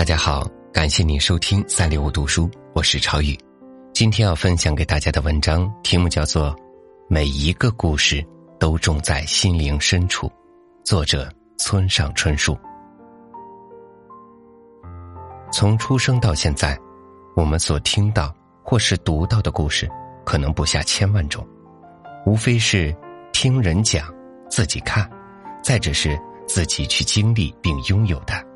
家好，感谢您收听365读书，我是超宇。今天要分享给大家的文章题目叫做《每一个故事都种在心灵深处》，作者村上春树。从出生到现在，我们所听到或是读到的故事可能不下千万种，无非是听人讲，自己看，再只是自己去经历并拥有它。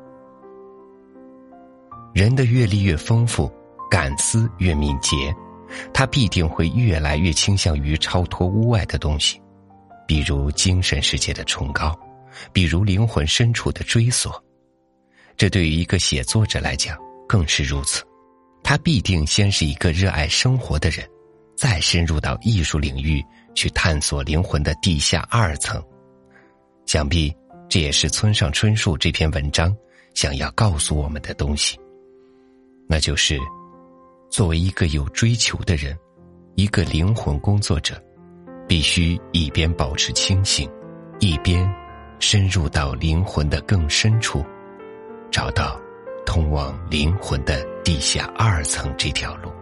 人的阅历越丰富，感思越敏捷，他必定会越来越倾向于超脱屋外的东西，比如精神世界的崇高，比如灵魂深处的追索。这对于一个写作者来讲更是如此，他必定先是一个热爱生活的人，再深入到艺术领域去探索灵魂的地下二层。想必这也是村上春树这篇文章想要告诉我们的东西，那就是作为一个有追求的人，一个灵魂工作者，必须一边保持清醒，一边深入到灵魂的更深处，找到通往灵魂的地下二层这条路。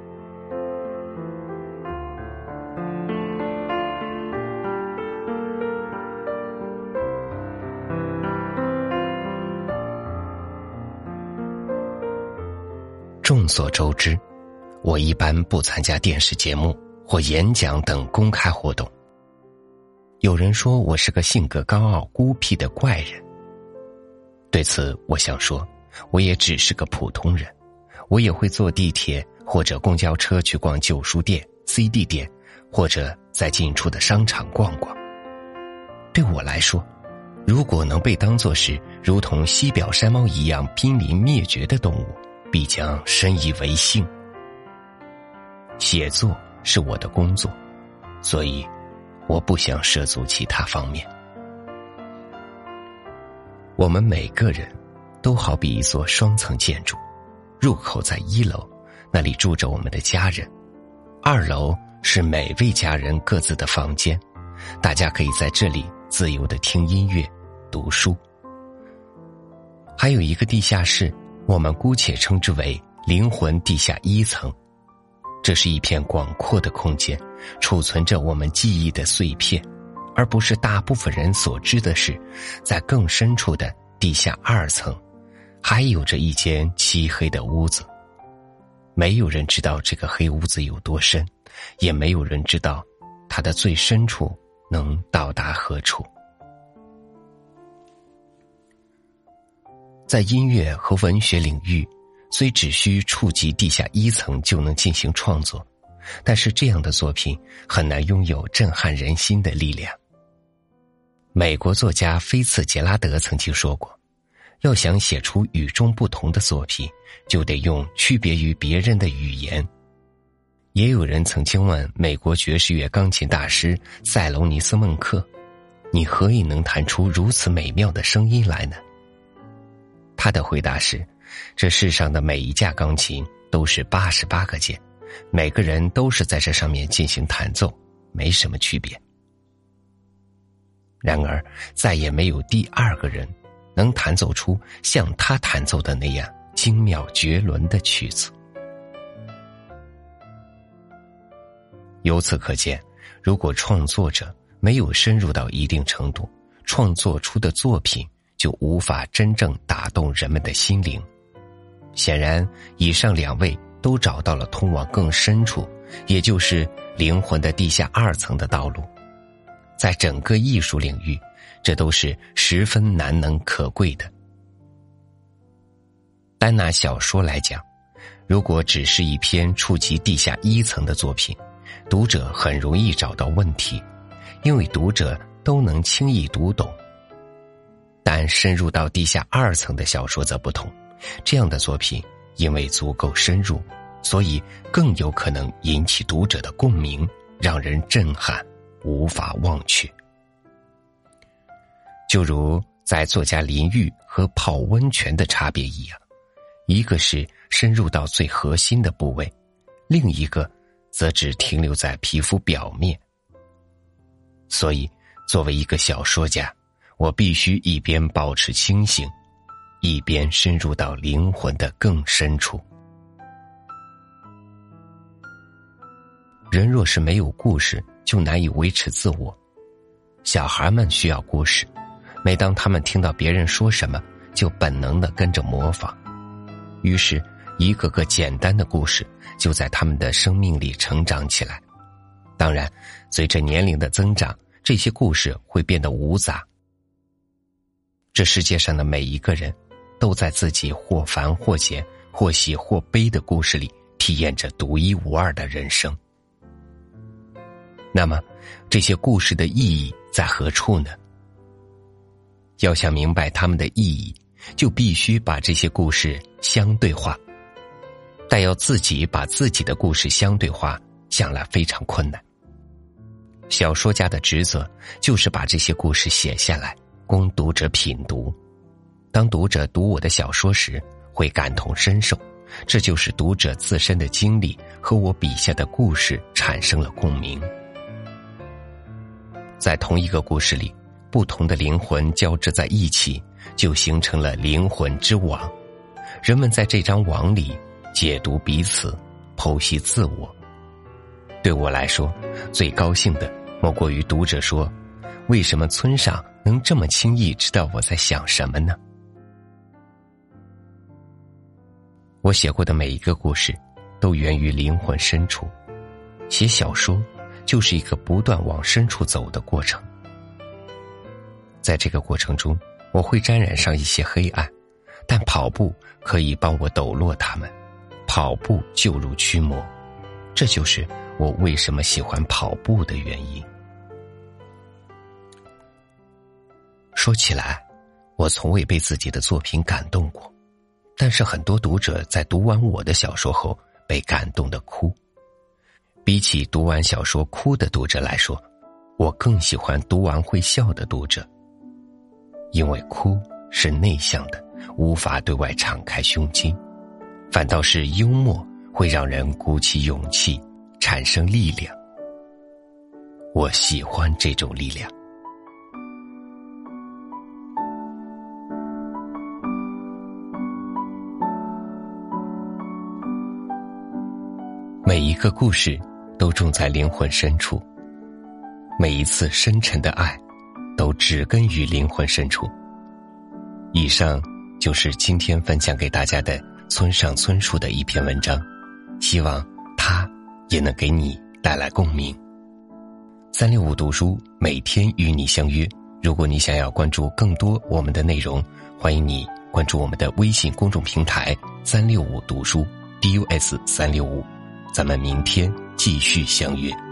众所周知，我一般不参加电视节目或演讲等公开活动。有人说我是个性格高傲孤僻的怪人，对此我想说，我也只是个普通人，我也会坐地铁或者公交车去逛旧书店、CD 店，或者在近处的商场逛逛。对我来说，如果能被当作是如同西表山猫一样濒临灭绝的动物，必将深以为幸。写作是我的工作，所以我不想涉足其他方面。我们每个人都好比一座双层建筑，入口在1楼，那里住着我们的家人；2楼是每位家人各自的房间，大家可以在这里自由地听音乐、读书。还有一个地下室，我们姑且称之为灵魂地下1层。这是一片广阔的空间，储存着我们记忆的碎片，而不是大部分人所知的是，在更深处的地下2层还有着一间漆黑的屋子。没有人知道这个黑屋子有多深，也没有人知道它的最深处能到达何处。在音乐和文学领域，虽只需触及地下1层就能进行创作，但是这样的作品很难拥有震撼人心的力量。美国作家菲茨杰拉德曾经说过，要想写出与众不同的作品，就得用区别于别人的语言。也有人曾经问美国爵士乐钢琴大师塞隆尼斯孟克，你何以能弹出如此美妙的声音来呢？他的回答是，这世上的每一架钢琴都是88个键，每个人都是在这上面进行弹奏，没什么区别。然而再也没有第2个人能弹奏出像他弹奏的那样精妙绝伦的曲子。由此可见，如果创作者没有深入到一定程度，创作出的作品就无法真正打动人们的心灵。显然，以上2位都找到了通往更深处，也就是灵魂的地下2层的道路。在整个艺术领域，这都是十分难能可贵的。单拿小说来讲，如果只是一篇触及地下1层的作品，读者很容易找到问题，因为读者都能轻易读懂。但深入到地下2层的小说则不同，这样的作品因为足够深入，所以更有可能引起读者的共鸣，让人震撼，无法忘却。就如在作家淋浴和泡温泉的差别一样，一个是深入到最核心的部位，另一个则只停留在皮肤表面。所以作为一个小说家，我必须一边保持清醒， 一边深入到灵魂的更深处。人若是没有故事，就难以维持自我。小孩们需要故事，每当他们听到别人说什么，就本能地跟着模仿，于是一个个简单的故事就在他们的生命里成长起来。当然，随着年龄的增长，这些故事会变得无杂。这世界上的每一个人都在自己或繁或简、或喜或悲的故事里体验着独一无二的人生。那么，这些故事的意义在何处呢？要想明白它们的意义，就必须把这些故事相对化。但要自己把自己的故事相对化，想来非常困难。小说家的职责就是把这些故事写下来，供读者品读。当读者读我的小说时，会感同身受，这就是读者自身的经历和我笔下的故事产生了共鸣。在同一个故事里，不同的灵魂交织在一起，就形成了灵魂之网。人们在这张网里解读彼此，剖析自我。对我来说，最高兴的莫过于读者说，为什么村上能这么轻易知道我在想什么呢？我写过的每一个故事都源于灵魂深处，写小说就是一个不断往深处走的过程。在这个过程中，我会沾染上一些黑暗，但跑步可以帮我抖落它们，跑步救入驱魔，这就是我为什么喜欢跑步的原因。说起来，我从未被自己的作品感动过，但是很多读者在读完我的小说后被感动得哭。比起读完小说哭的读者来说，我更喜欢读完会笑的读者，因为哭是内向的，无法对外敞开胸襟，反倒是幽默会让人鼓起勇气，产生力量。我喜欢这种力量。每一个故事都种在灵魂深处，每一次深沉的爱都植根于灵魂深处。以上就是今天分享给大家的村上春树的一篇文章，希望它也能给你带来共鸣。365读书每天与你相约，如果你想要关注更多我们的内容，欢迎你关注我们的微信公众平台365读书 DUS365，咱们明天继续相约。